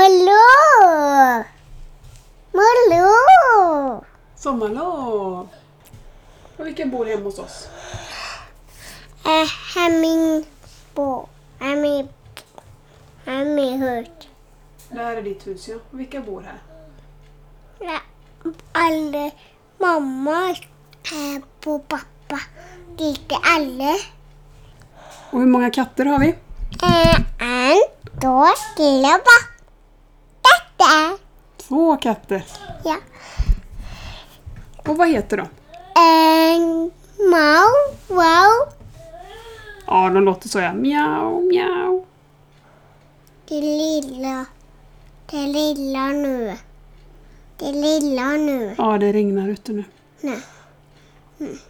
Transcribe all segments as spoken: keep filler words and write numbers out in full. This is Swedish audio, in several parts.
Sommarlov! Sommarlov! Sommarlov! Och vilka bor hemma hos oss? Äh, Hemming på. Hemming. Hemming hört. Det här är ditt hus, ja. Och vilka bor här? Ja, alla mamma är på pappa. Lite alla. Och hur många katter har vi? Äh, en, två, tre, pappa. Detta. Två katter. Ja. Och vad heter de? En, mau, wow. Ja, de låter så, ja. Mjau, mjau. Det lilla. Det lilla nu. Det lilla nu. Ja, det regnar ute nu. Nej. Mm.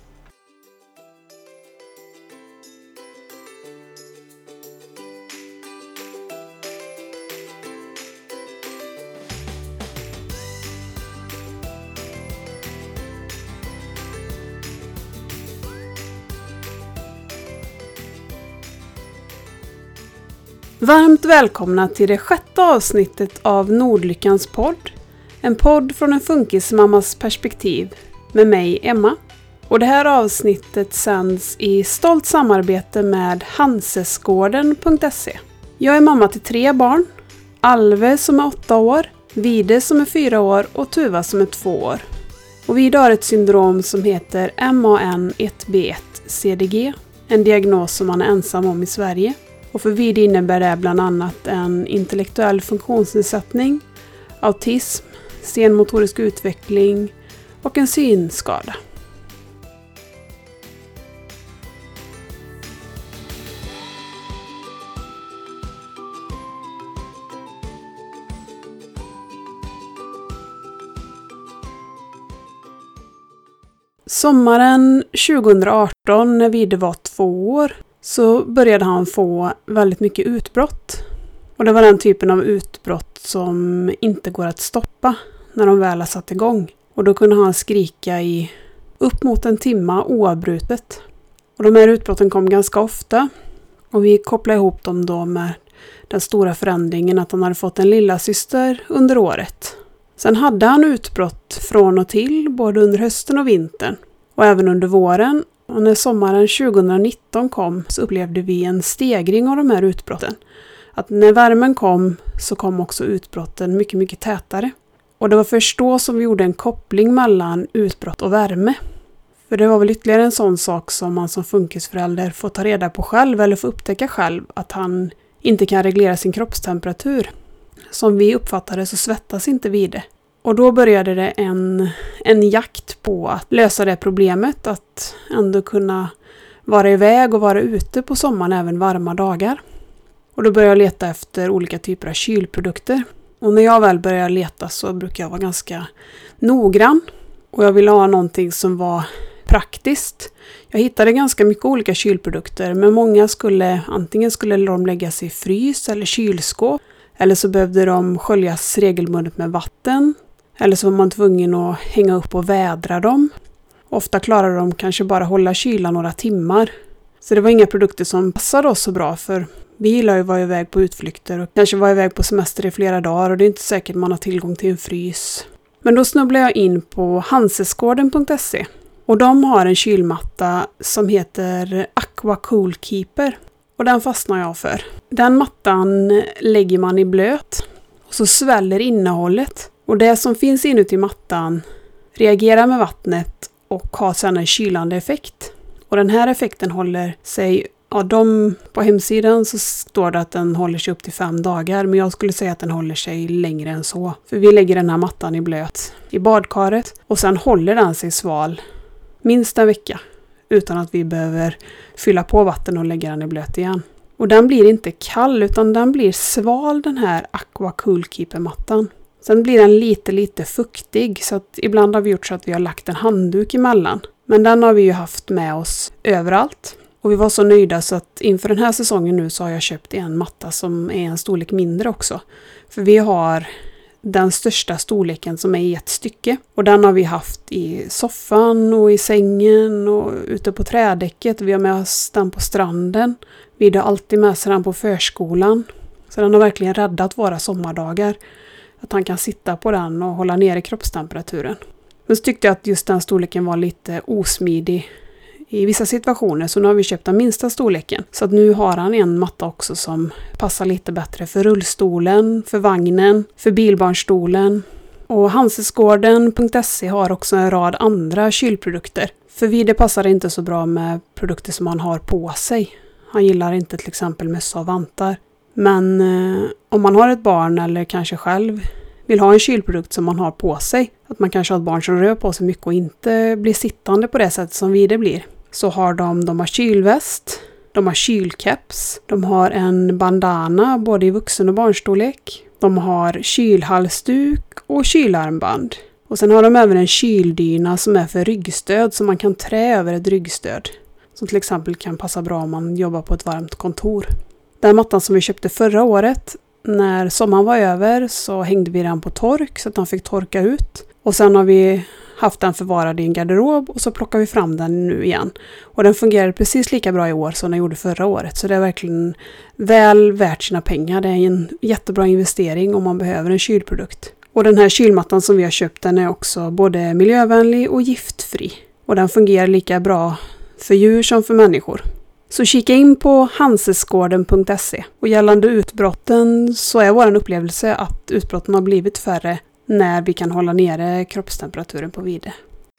Varmt välkomna till det sjätte avsnittet av Nordlyckans podd. En podd från en funkismammas perspektiv med mig, Emma. Och det här avsnittet sänds i stolt samarbete med hansesgården punkt se. Jag är mamma till tre barn. Alve som är åtta år, Vide som är fyra år och Tuva som är två år. Och Vide har ett syndrom som heter M A N ett B ett C D G. En diagnos som man är ensam om i Sverige. Och för Vide innebär det bland annat en intellektuell funktionsnedsättning, autism, senmotorisk utveckling och en synskada. Sommaren tjugoarton när Vide var två år så började han få väldigt mycket utbrott. Och det var den typen av utbrott som inte går att stoppa när de väl har satt igång. Och då kunde han skrika i upp mot en timma oavbrutet. Och de här utbrotten kom ganska ofta. Och vi kopplade ihop dem då med den stora förändringen att han hade fått en lilla syster under året. Sen hade han utbrott från och till både under hösten och vintern. Och även under våren. Och när sommaren tjugonitton kom så upplevde vi en stegring av de här utbrotten. Att när värmen kom så kom också utbrotten mycket, mycket tätare. Och det var först då som vi gjorde en koppling mellan utbrott och värme. För det var väl ytterligare en sån sak som man som funkisförälder får ta reda på själv eller får upptäcka själv. Att han inte kan reglera sin kroppstemperatur. Som vi uppfattade så svettas inte Vide. Och då började det en, en jakt på att lösa det problemet. Att ändå kunna vara iväg och vara ute på sommaren även varma dagar. Och då började jag leta efter olika typer av kylprodukter. Och när jag väl började leta så brukar jag vara ganska noggrann. Och jag ville ha någonting som var praktiskt. Jag hittade ganska mycket olika kylprodukter. Men många skulle, antingen skulle de läggas i frys eller kylskåp. Eller så behövde de sköljas regelbundet med vatten. Eller så var man tvungen att hänga upp och vädra dem. Ofta klarade de kanske bara hålla kyla några timmar. Så det var inga produkter som passade oss så bra för vi gillar ju att vara iväg på utflykter och kanske vara iväg på semester i flera dagar och det är inte säkert man har tillgång till en frys. Men då snubblade jag in på hansesgården punkt se och de har en kylmatta som heter Aqua Cool Keeper och den fastnar jag för. Den mattan lägger man i blöt och så sväller innehållet och det som finns inuti mattan reagerar med vattnet och har sedan en kylande effekt. Och den här effekten håller sig, ja de, på hemsidan så står det att den håller sig upp till fem dagar. Men jag skulle säga att den håller sig längre än så. För vi lägger den här mattan i blöt i badkaret och sen håller den sig sval minst en vecka. Utan att vi behöver fylla på vatten och lägga den i blöt igen. Och den blir inte kall utan den blir sval den här Aqua Cool Keeper mattan. Sen blir den lite lite fuktig så att ibland har vi gjort så att vi har lagt en handduk emellan. Men den har vi ju haft med oss överallt. Och vi var så nöjda så att inför den här säsongen nu så har jag köpt en matta som är en storlek mindre också. För vi har den största storleken som är i ett stycke. Och den har vi haft i soffan och i sängen och ute på trädäcket. Vi har med oss den på stranden. Vi har alltid med sig den på förskolan. Så den har verkligen räddat våra sommardagar. Att han kan sitta på den och hålla nere kroppstemperaturen. Men så tyckte jag att just den storleken var lite osmidig i vissa situationer. Så nu har vi köpt den minsta storleken. Så att nu har han en matta också som passar lite bättre för rullstolen, för vagnen, för bilbarnstolen. Och Hansesgården punkt se har också en rad andra kylprodukter. För Vide passar det inte så bra med produkter som han har på sig. Han gillar inte till exempel mössa och vantar. Men eh, om man har ett barn eller kanske själv vill ha en kylprodukt som man har på sig. Att man kanske har ett barn som rör på sig mycket och inte blir sittande på det sättet som Vide blir. Så har de, de har kylväst, de har kylkeps, de har en bandana både i vuxen- och barnstorlek. De har kylhalsduk och kylarmband. Och sen har de även en kyldyna som är för ryggstöd så man kan trä över ett ryggstöd. Som till exempel kan passa bra om man jobbar på ett varmt kontor. Den mattan som vi köpte förra året, när sommaren var över så hängde vi den på tork så att den fick torka ut. Och sen har vi haft den förvarad i en garderob och så plockar vi fram den nu igen. Och den fungerar precis lika bra i år som den gjorde förra året. Så det är verkligen väl värt sina pengar. Det är en jättebra investering om man behöver en kylprodukt. Och den här kylmattan som vi har köpt den är också både miljövänlig och giftfri. Och den fungerar lika bra för djur som för människor. Så kika in på hansesgården punkt se. Och gällande utbrotten så är vår upplevelse att utbrotten har blivit färre när vi kan hålla nere kroppstemperaturen på Vide.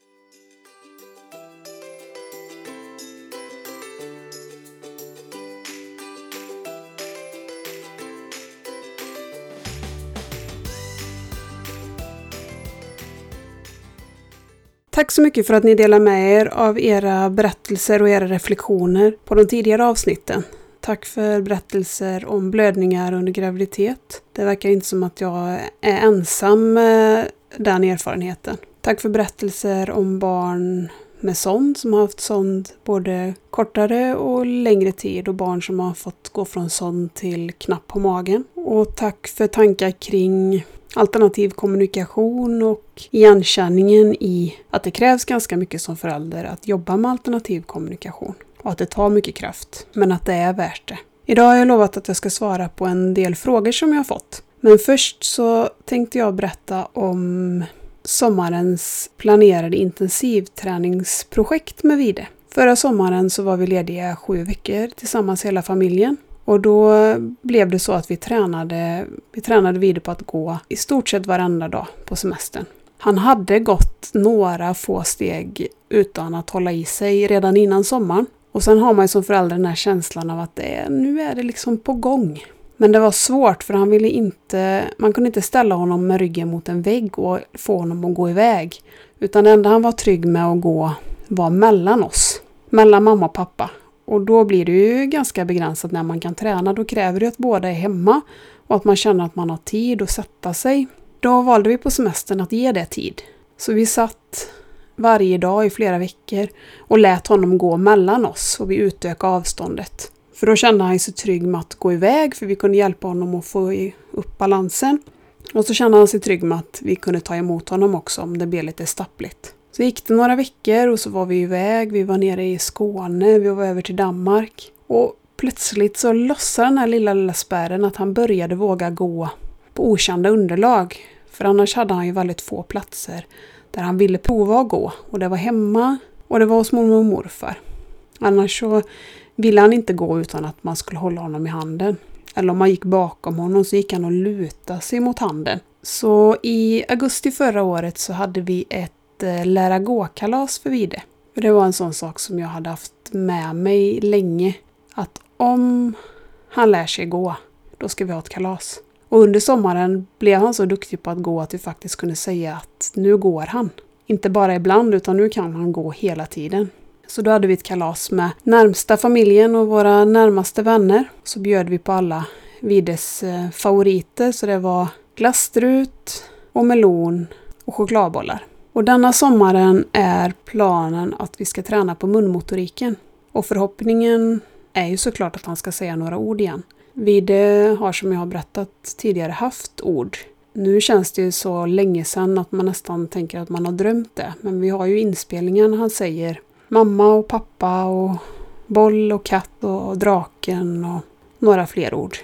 Tack så mycket för att ni delar med er av era berättelser och era reflektioner på de tidigare avsnitten. Tack för berättelser om blödningar under graviditet. Det verkar inte som att jag är ensam med den erfarenheten. Tack för berättelser om barn med sond som har haft sond både kortare och längre tid och barn som har fått gå från sond till knapp på magen. Och tack för tankar kring alternativ kommunikation och igenkänningen i att det krävs ganska mycket som förälder att jobba med alternativ kommunikation. Och att det tar mycket kraft, men att det är värt det. Idag har jag lovat att jag ska svara på en del frågor som jag har fått. Men först så tänkte jag berätta om sommarens planerade intensivträningsprojekt med Vide. Förra sommaren så var vi lediga sju veckor tillsammans hela familjen. Och då blev det så att vi tränade, vi tränade Vide på att gå i stort sett varenda dag på semestern. Han hade gått några få steg utan att hålla i sig redan innan sommaren. Och sen har man ju som förälder den här känslan av att det är, nu är det liksom på gång. Men det var svårt för han ville inte, man kunde inte ställa honom med ryggen mot en vägg och få honom att gå iväg. Utan det enda han var trygg med att gå var mellan oss, mellan mamma och pappa. Och då blir det ju ganska begränsat när man kan träna. Då kräver det att båda är hemma och att man känner att man har tid att sätta sig. Då valde vi på semestern att ge det tid. Så vi satt varje dag i flera veckor och lät honom gå mellan oss och vi utökade avståndet. För då kände han sig trygg med att gå iväg för vi kunde hjälpa honom att få upp balansen. Och så kände han sig trygg med att vi kunde ta emot honom också om det blev lite stappligt. Så gick det några veckor och så var vi iväg. Vi var nere i Skåne, vi var över till Danmark. Och plötsligt så lossade den här lilla, lilla spärren att han började våga gå på okända underlag. För annars hade han ju väldigt få platser där han ville prova att gå. Och det var hemma och det var hos mormor och morfar. Annars så ville han inte gå utan att man skulle hålla honom i handen. Eller om man gick bakom honom så gick han och lutade sig mot handen. Så i augusti förra året så hade vi ett lära gå-kalas för Vide. För det var en sån sak som jag hade haft med mig länge. Att om han lär sig gå, då ska vi ha ett kalas. Och under sommaren blev han så duktig på att gå att vi faktiskt kunde säga att nu går han. Inte bara ibland utan nu kan han gå hela tiden. Så då hade vi ett kalas med närmsta familjen och våra närmaste vänner. Så bjöd vi på alla Vides favoriter. Så det var glasstrut och melon och chokladbollar. Och denna sommaren är planen att vi ska träna på munmotoriken. Och förhoppningen är ju såklart att han ska säga några ord igen. Vide har som jag har berättat tidigare haft ord. Nu känns det ju så länge sedan att man nästan tänker att man har drömt det. Men vi har ju inspelningen när han säger mamma och pappa och boll och katt och draken och några fler ord.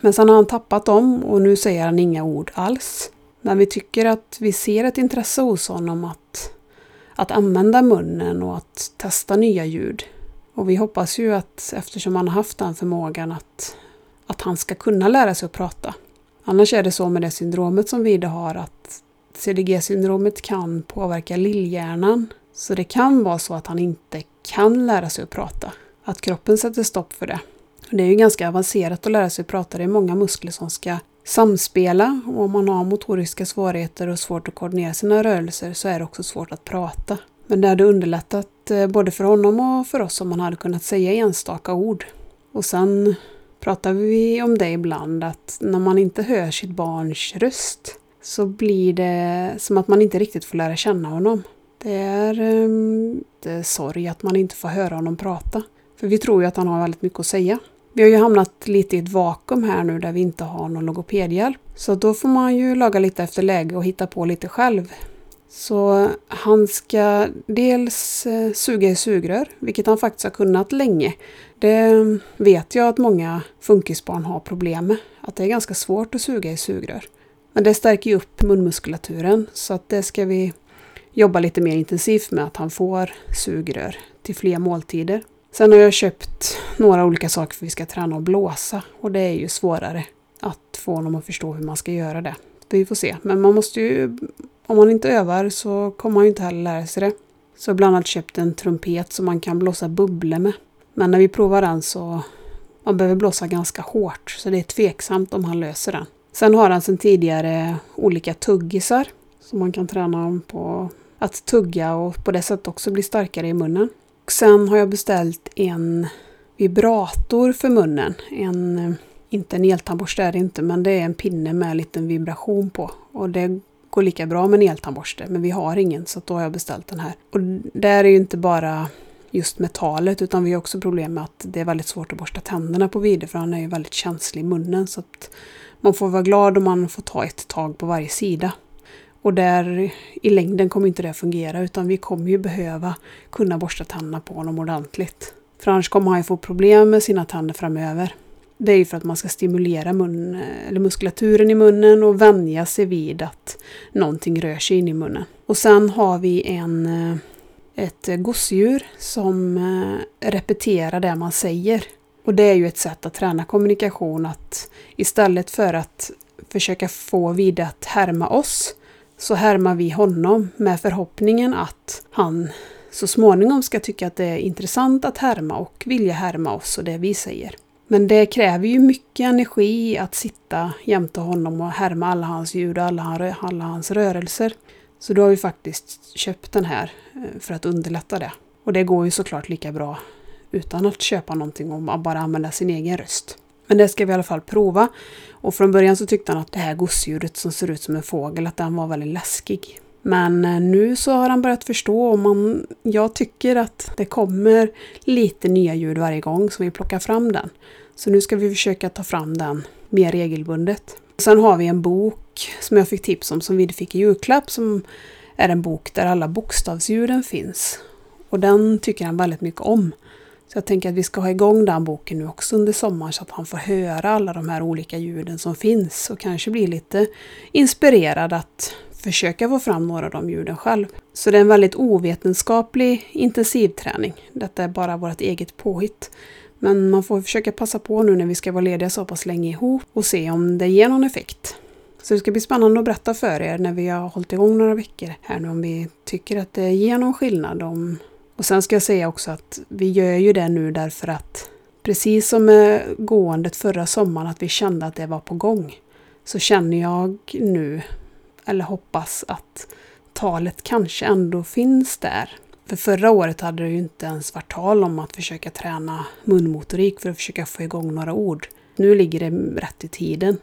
Men sen har han tappat dem och nu säger han inga ord alls. Men vi tycker att vi ser ett intresse hos honom att, att använda munnen och att testa nya ljud. Och vi hoppas ju att eftersom han har haft den förmågan att, att han ska kunna lära sig att prata. Annars är det så med det syndromet som Vide har att C D G-syndromet kan påverka lillhjärnan. Så det kan vara så att han inte kan lära sig att prata. Att kroppen sätter stopp för det. Det är ju ganska avancerat att lära sig att prata. Det är många muskler som ska samspela. Och om man har motoriska svårigheter och svårt att koordinera sina rörelser så är det också svårt att prata. Men det hade underlättat både för honom och för oss om man hade kunnat säga enstaka ord. Och sen pratar vi om det ibland att när man inte hör sitt barns röst så blir det som att man inte riktigt får lära känna honom. Det är, um, det är sorg att man inte får höra honom prata. För vi tror ju att han har väldigt mycket att säga. Vi har ju hamnat lite i ett vakuum här nu där vi inte har någon logopedhjälp. Så då får man ju laga lite efter läge och hitta på lite själv. Så han ska dels eh, suga i sugrör, vilket han faktiskt har kunnat länge. Det vet jag att många funkisbarn har problem med. Att det är ganska svårt att suga i sugrör. Men det stärker ju upp munmuskulaturen så att det ska vi jobba lite mer intensivt med att han får sugrör till fler måltider. Sen har jag köpt några olika saker för att vi ska träna och blåsa. Och det är ju svårare att få honom att förstå hur man ska göra det. Vi får se. Men man måste ju, om man inte övar så kommer man ju inte heller lära sig det. Så jag har bland annat köpt en trumpet som man kan blåsa bubblor med. Men när vi provar den så man behöver blåsa ganska hårt. Så det är tveksamt om han löser den. Sen har han sedan tidigare olika tuggisar som man kan träna på att tugga och på det sättet också bli starkare i munnen. Och sen har jag beställt en vibrator för munnen. En, inte en eltandborste är det inte, men det är en pinne med en liten vibration på. Och det går lika bra med en eltandborste, men vi har ingen så då har jag beställt den här. Och där är ju inte bara just metalet utan vi har också problem med att det är väldigt svårt att borsta tänderna på Vide för han är ju väldigt känslig i munnen. Så att man får vara glad om man får ta ett tag på varje sida. Och där i längden kommer inte det fungera utan vi kommer ju behöva kunna borsta tänderna på honom ordentligt. För annars kommer han ju få problem med sina tänder framöver. Det är ju för att man ska stimulera mun, eller muskulaturen i munnen och vänja sig vid att någonting rör sig in i munnen. Och sen har vi en, ett gosedjur som repeterar det man säger. Och det är ju ett sätt att träna kommunikation att istället för att försöka få Vide att härma oss så härmar vi honom med förhoppningen att han så småningom ska tycka att det är intressant att härma och vilja härma oss och det vi säger. Men det kräver ju mycket energi att sitta jämte honom och härma alla hans ljud och alla, alla hans rörelser. Så då har vi faktiskt köpt den här för att underlätta det. Och det går ju såklart lika bra utan att köpa någonting och bara använda sin egen röst. Men det ska vi i alla fall prova. Och från början så tyckte han att det här gosedjuret som ser ut som en fågel, att den var väldigt läskig. Men nu så har han börjat förstå och man, jag tycker att det kommer lite nya ljud varje gång som vi plockar fram den. Så nu ska vi försöka ta fram den mer regelbundet. Sen har vi en bok som jag fick tips om som vi fick i julklapp som är en bok där alla bokstavsljuden finns. Och den tycker han väldigt mycket om. Så jag tänker att vi ska ha igång den boken nu också under sommaren så att han får höra alla de här olika ljuden som finns och kanske bli lite inspirerad att försöka få fram några av de ljuden själv. Så det är en väldigt ovetenskaplig intensivträning. Detta är bara vårt eget påhitt. Men man får försöka passa på nu när vi ska vara lediga så pass länge ihop och se om det ger någon effekt. Så det ska bli spännande att berätta för er när vi har hållit igång några veckor här nu om vi tycker att det ger någon skillnad. Om... Och sen ska jag säga också att vi gör ju det nu därför att precis som med gåendet förra sommaren att vi kände att det var på gång så känner jag nu eller hoppas att talet kanske ändå finns där. För förra året hade det ju inte ens varit tal om att försöka träna munmotorik för att försöka få igång några ord. Nu ligger det rätt i tiden.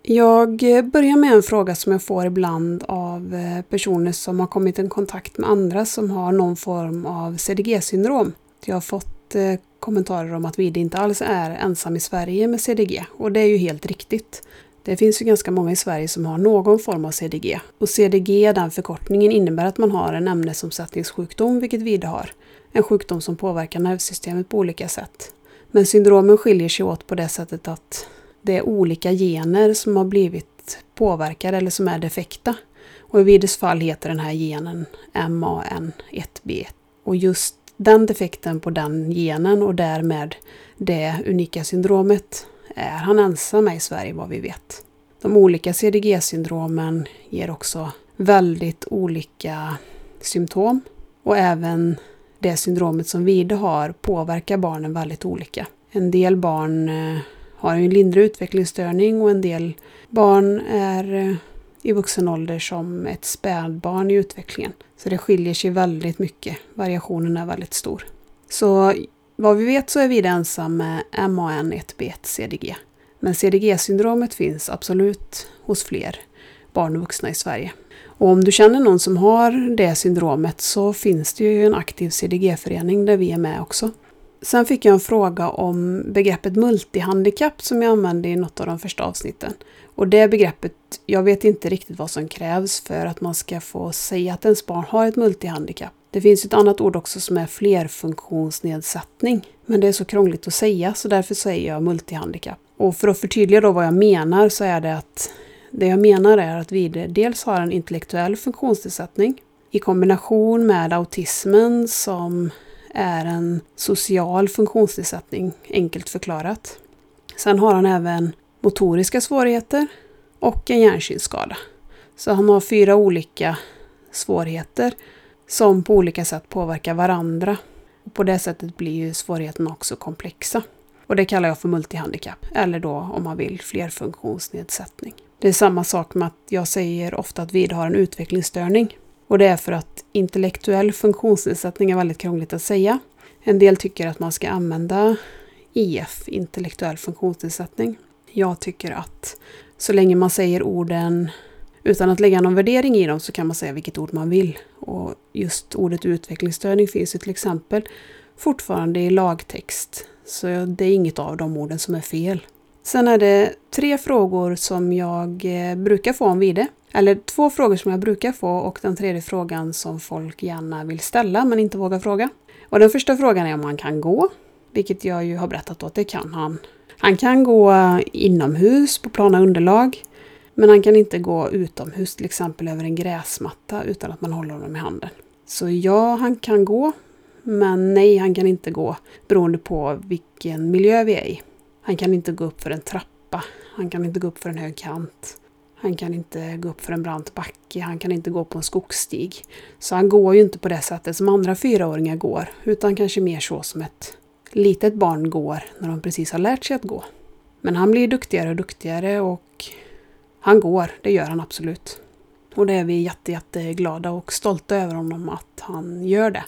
Jag börjar med en fråga som jag får ibland av personer som har kommit i kontakt med andra som har någon form av C D G-syndrom. Jag har fått kommentarer om att vi inte alls är ensam i Sverige med C D G, och det är ju helt riktigt. Det finns ju ganska många i Sverige som har någon form av C D G. Och C D G, den förkortningen, innebär att man har en ämnesomsättningssjukdom, vilket vi har. En sjukdom som påverkar nervsystemet på olika sätt. Men syndromen skiljer sig åt på det sättet att det är olika gener som har blivit påverkade eller som är defekta. Och i Vides fall heter den här genen M A N ett B. Och just den defekten på den genen och därmed det unika syndromet är han ensam med i Sverige, vad vi vet. De olika C D G-syndromen ger också väldigt olika symptom. Och även det syndromet som Vide har påverkar barnen väldigt olika. En del barn har en lindrig utvecklingsstörning och en del barn är i vuxen ålder som ett spädbarn i utvecklingen. Så det skiljer sig väldigt mycket. Variationen är väldigt stor. Så vad vi vet så är Vide ensam med M A N ett B ett C D G. Men C D G-syndromet finns absolut hos fler barn och vuxna i Sverige. Och om du känner någon som har det syndromet så finns det ju en aktiv C D G-förening där vi är med också. Sen fick jag en fråga om begreppet multihandikapp som jag använde i något av de första avsnitten. Och det begreppet, jag vet inte riktigt vad som krävs för att man ska få säga att ens barn har ett multihandikapp. Det finns ett annat ord också som är flerfunktionsnedsättning. Men det är så krångligt att säga, så därför säger jag multihandikapp. Och för att förtydliga då vad jag menar så är det att det jag menar är att vi dels har en intellektuell funktionsnedsättning i kombination med autismen som är en social funktionsnedsättning, enkelt förklarat. Sen har han även motoriska svårigheter och en hjärnsynskada. Så han har fyra olika svårigheter som på olika sätt påverkar varandra. Och på det sättet blir ju svårigheterna också komplexa. Och det kallar jag för multihandikapp, eller då om man vill flerfunktionsnedsättning. Det är samma sak med att jag säger ofta att Vide har en utvecklingsstörning. Och det är för att intellektuell funktionsnedsättning är väldigt krångligt att säga. En del tycker att man ska använda I F, intellektuell funktionsnedsättning. Jag tycker att så länge man säger orden utan att lägga någon värdering i dem så kan man säga vilket ord man vill. Och just ordet utvecklingsstörning finns ju till exempel fortfarande i lagtext. Så det är inget av de orden som är fel. Sen är det tre frågor som jag brukar få om Vide. Eller två frågor som jag brukar få och den tredje frågan som folk gärna vill ställa men inte vågar fråga. Och den första frågan är om han kan gå, vilket jag ju har berättat att det kan han. Han kan gå inomhus på plana underlag, men han kan inte gå utomhus, till exempel över en gräsmatta utan att man håller honom i handen. Så ja, han kan gå, men nej, han kan inte gå beroende på vilken miljö vi är i. Han kan inte gå upp för en trappa, han kan inte gå upp för en hög kant. Han kan inte gå upp för en brant backe, han kan inte gå på en skogsstig. Så han går ju inte på det sättet som andra fyraåringar går, utan kanske mer så som ett litet barn går när de precis har lärt sig att gå. Men han blir duktigare och duktigare och han går, det gör han absolut. Och det är vi jätte, jätte glada och stolta över honom att han gör det.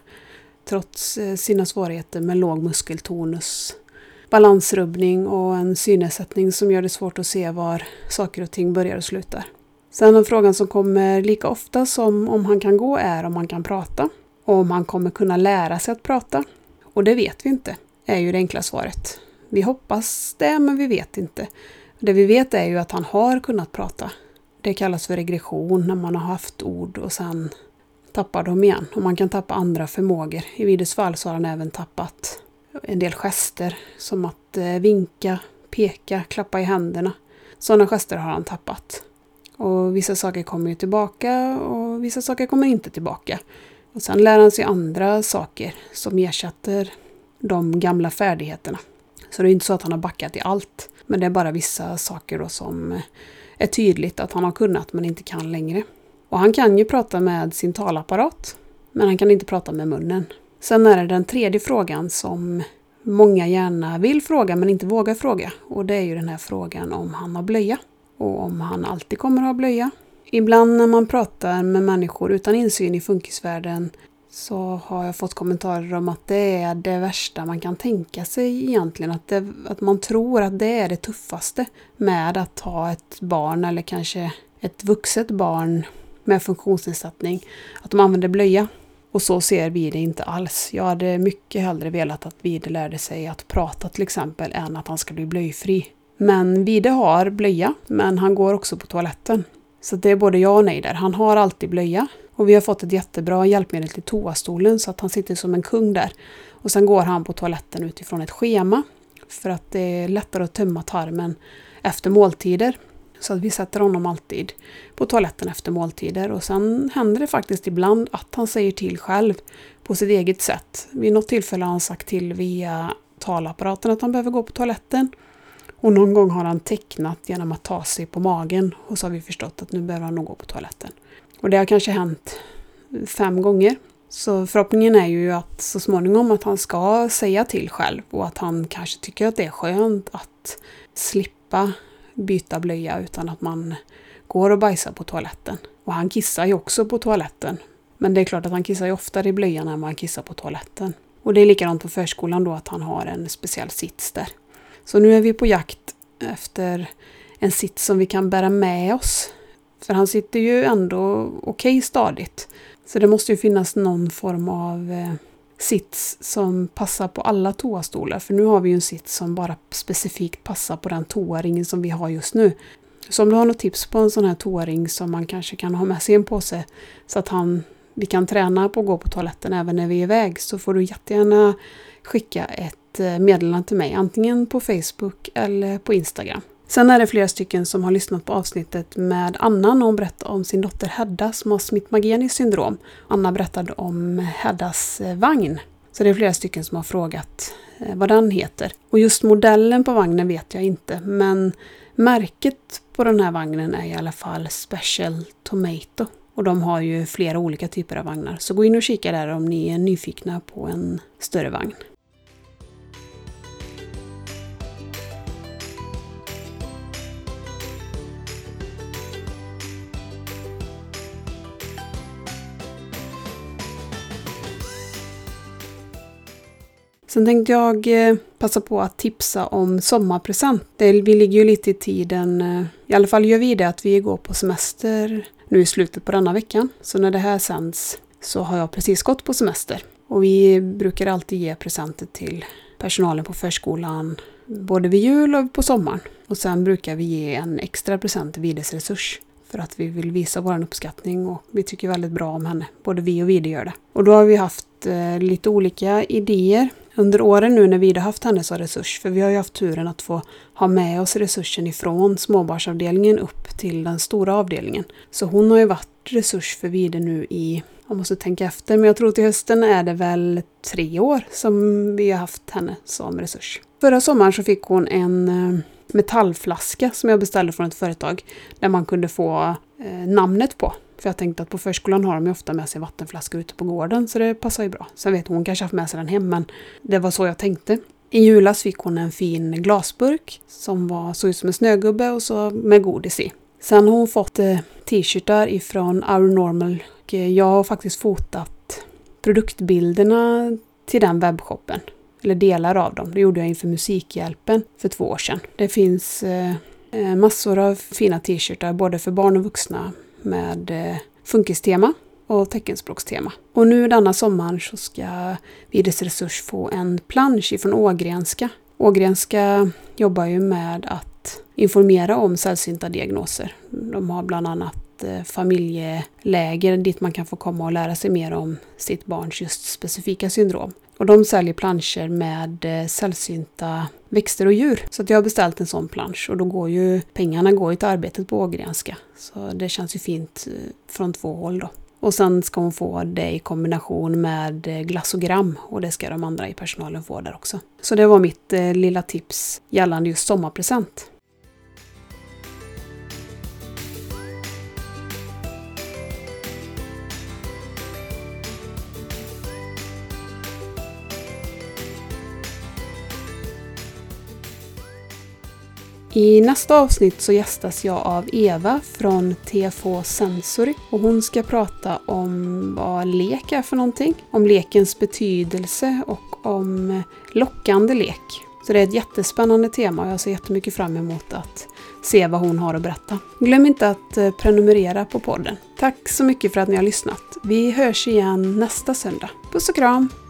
Trots sina svårigheter med låg muskeltonus, balansrubbning och en synnedsättning som gör det svårt att se var saker och ting börjar och slutar. Sen en frågan som kommer lika ofta som om han kan gå är om han kan prata. Och om han kommer kunna lära sig att prata. Och det vet vi inte, är ju det enkla svaret. Vi hoppas det, men vi vet inte. Det vi vet är ju att han har kunnat prata. Det kallas för regression när man har haft ord och sen tappar dem igen. Och man kan tappa andra förmågor. I Vides fall så har han även tappat en del gester som att vinka, peka, klappa i händerna. Sådana gester har han tappat. Och vissa saker kommer ju tillbaka och vissa saker kommer inte tillbaka. Och sen lär han sig andra saker som ersätter de gamla färdigheterna. Så det är inte så att han har backat i allt. Men det är bara vissa saker då som är tydligt att han har kunnat men inte kan längre. Och han kan ju prata med sin talapparat, men han kan inte prata med munnen. Sen är det den tredje frågan som många gärna vill fråga men inte vågar fråga. Och det är ju den här frågan om han har blöja. Och om han alltid kommer att ha blöja. Ibland när man pratar med människor utan insyn i funkisvärlden så har jag fått kommentarer om att det är det värsta man kan tänka sig egentligen. Att, det, att man tror att det är det tuffaste med att ha ett barn eller kanske ett vuxet barn med funktionsnedsättning. Att de använder blöja. Och så ser vi det inte alls. Jag hade mycket hellre velat att Vide lärde sig att prata till exempel än att han ska bli blöjfri. Men Vide har blöja, men han går också på toaletten. Så det är både ja och nej där. Han har alltid blöja. Och vi har fått ett jättebra hjälpmedel till toastolen så att han sitter som en kung där. Och sen går han på toaletten utifrån ett schema. För att det är lättare att tömma tarmen efter måltider. Så att vi sätter honom alltid på toaletten efter måltider. Och sen händer det faktiskt ibland att han säger till själv på sitt eget sätt. Vid något tillfälle har han sagt till via talapparaten att han behöver gå på toaletten. Och någon gång har han tecknat genom att ta sig på magen. Och så har vi förstått att nu behöver han nog gå på toaletten. Och det har kanske hänt fem gånger. Så förhoppningen är ju att så småningom att han ska säga till själv. Och att han kanske tycker att det är skönt att slippa byta blöja utan att man går och bajsar på toaletten. Och han kissar ju också på toaletten. Men det är klart att han kissar ju oftare i blöjan än man kissar på toaletten. Och det är likadant på förskolan då att han har en speciell sits där. Så nu är vi på jakt efter en sits som vi kan bära med oss. För han sitter ju ändå okej stadigt. Så det måste ju finnas någon form av eh, sits som passar på alla toastolar. För nu har vi ju en sits som bara specifikt passar på den toaringen som vi har just nu. Så om du har något tips på en sån här toaring som man kanske kan ha med sig en påse så att han, vi kan träna på att gå på toaletten även när vi är iväg, så får du jättegärna skicka ett meddelande till mig. Antingen på Facebook eller på Instagram. Sen är det flera stycken som har lyssnat på avsnittet med Anna när hon berättade om sin dotter Hedda som har Smith-Magenis syndrom. Anna berättade om Heddas vagn. Så det är flera stycken som har frågat vad den heter. Och just modellen på vagnen vet jag inte. Men märket på den här vagnen är i alla fall Special Tomato. Och de har ju flera olika typer av vagnar. Så gå in och kika där om ni är nyfikna på en större vagn. Sen tänkte jag passa på att tipsa om sommarpresent. Vi ligger ju lite i tiden, i alla fall gör vi det, att vi går på semester nu i slutet på denna veckan. Så när det här sänds så har jag precis gått på semester. Och vi brukar alltid ge presenter till personalen på förskolan både vid jul och på sommaren. Och sen brukar vi ge en extra present till Vides resurs. För att vi vill visa vår uppskattning och vi tycker väldigt bra om henne. Både vi och Vide gör det. Och då har vi haft eh, lite olika idéer under åren nu när Vide har haft henne som resurs. För vi har ju haft turen att få ha med oss resursen ifrån småbarnsavdelningen upp till den stora avdelningen. Så hon har ju varit resurs för Vide nu i, jag måste tänka efter, men jag tror till hösten är det väl tre år som vi har haft henne som resurs. Förra sommaren så fick hon en eh, metallflaska som jag beställde från ett företag där man kunde få eh, namnet på. För jag tänkte att på förskolan har de ju ofta med sig vattenflaska ute på gården så det passar ju bra. Sen vet hon, hon kanske haft med sig den hem men det var så jag tänkte. I julas fick hon en fin glasburk som var så ut som en snögubbe och så med godis i. Sen har hon fått eh, t-shirtar ifrån Our Normal och jag har faktiskt fotat produktbilderna till den webbshoppen. Eller delar av dem. Det gjorde jag inför Musikhjälpen för två år sedan. Det finns eh, massor av fina t-shirtar både för barn och vuxna med eh, funkistema och teckenspråkstema. Och nu denna sommaren så ska Vides resurs få en plansch ifrån Ågrenska. Ågrenska jobbar ju med att informera om sällsynta diagnoser. De har bland annat eh, familjeläger dit man kan få komma och lära sig mer om sitt barns just specifika syndrom. Och de säljer planscher med sällsynta växter och djur. Så att jag har beställt en sån plansch. Och då går ju pengarna går ju till arbetet på Ågrenska. Så det känns ju fint från två håll då. Och sen ska hon få det i kombination med glassogram. Och det ska de andra i personalen få där också. Så det var mitt eh, lilla tips gällande just sommarpresent. I nästa avsnitt så gästas jag av Eva från T F H Sensory och hon ska prata om vad lek är för någonting, om lekens betydelse och om lockande lek. Så det är ett jättespännande tema och jag ser jättemycket fram emot att se vad hon har att berätta. Glöm inte att prenumerera på podden. Tack så mycket för att ni har lyssnat. Vi hörs igen nästa söndag. Puss och kram!